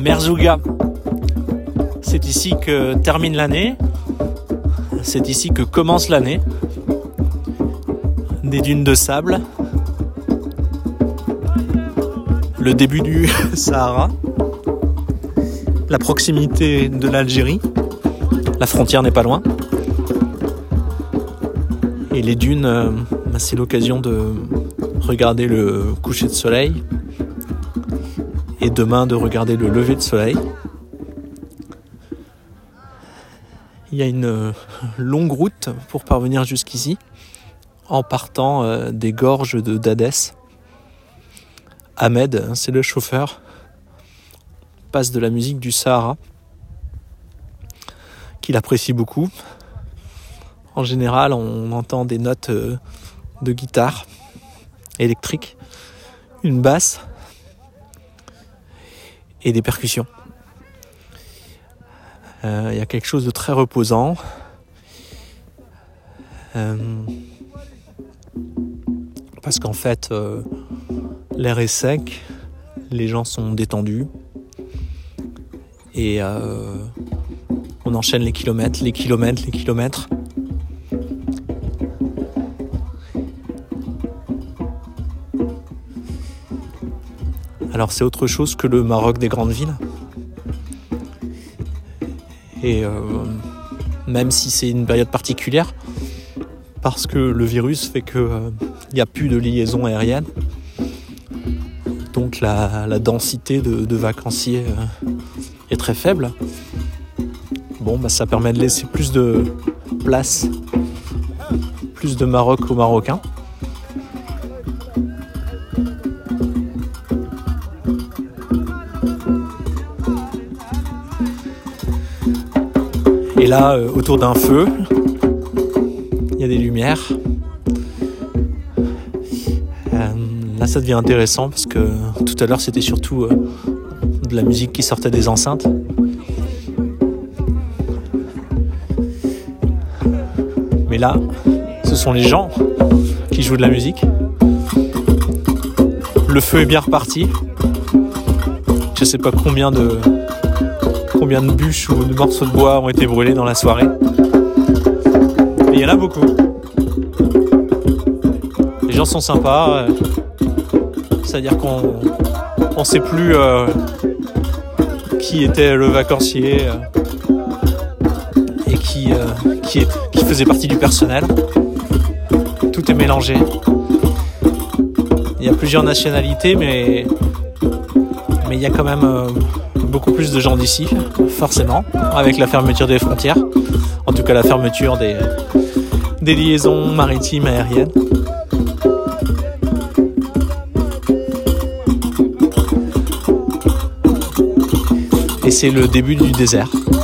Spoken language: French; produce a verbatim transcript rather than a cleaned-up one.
Merzouga. C'est ici que termine l'année. C'est ici que commence l'année. Des dunes de sable. Le début du Sahara. La proximité de l'Algérie. La frontière n'est pas loin. Et les dunes, euh, bah, c'est l'occasion de regarder le coucher de soleil. Et demain de regarder le lever de soleil. Il y a une longue route pour parvenir jusqu'ici, en partant euh, des gorges de Dadès. Ahmed, c'est le chauffeur, passe de la musique du Sahara, qu'il apprécie beaucoup. En général, on entend des notes euh, de guitare électrique, une basse, et des percussions. Il euh, y a quelque chose de très reposant. Euh, parce qu'en fait, euh, l'air est sec, les gens sont détendus, et euh, on enchaîne les kilomètres, les kilomètres, les kilomètres. Alors c'est autre chose que le Maroc des grandes villes. Et euh, même si c'est une période particulière, parce que le virus fait qu'il n'y euh, a plus de liaison aérienne, donc la, la densité de, de vacanciers euh, est très faible. Bon, bah, ça permet de laisser plus de place, plus de Maroc aux Marocains. Et là, euh, autour d'un feu, il y a des lumières. Euh, là, ça devient intéressant parce que tout à l'heure, c'était surtout euh, de la musique qui sortait des enceintes. Mais là, ce sont les gens qui jouent de la musique. Le feu est bien reparti. Je sais pas combien de... combien de bûches ou de morceaux de bois ont été brûlés dans la soirée. Et il y en a beaucoup. Les gens sont sympas. Euh, c'est-à-dire qu'on on sait plus euh, qui était le vacancier euh, et qui, euh, qui, est, qui faisait partie du personnel. Tout est mélangé. Il y a plusieurs nationalités, mais mais il y a quand même euh, beaucoup plus de gens d'ici, forcément, avec la fermeture des frontières, en tout cas la fermeture des, des liaisons maritimes aériennes. Et c'est le début du désert.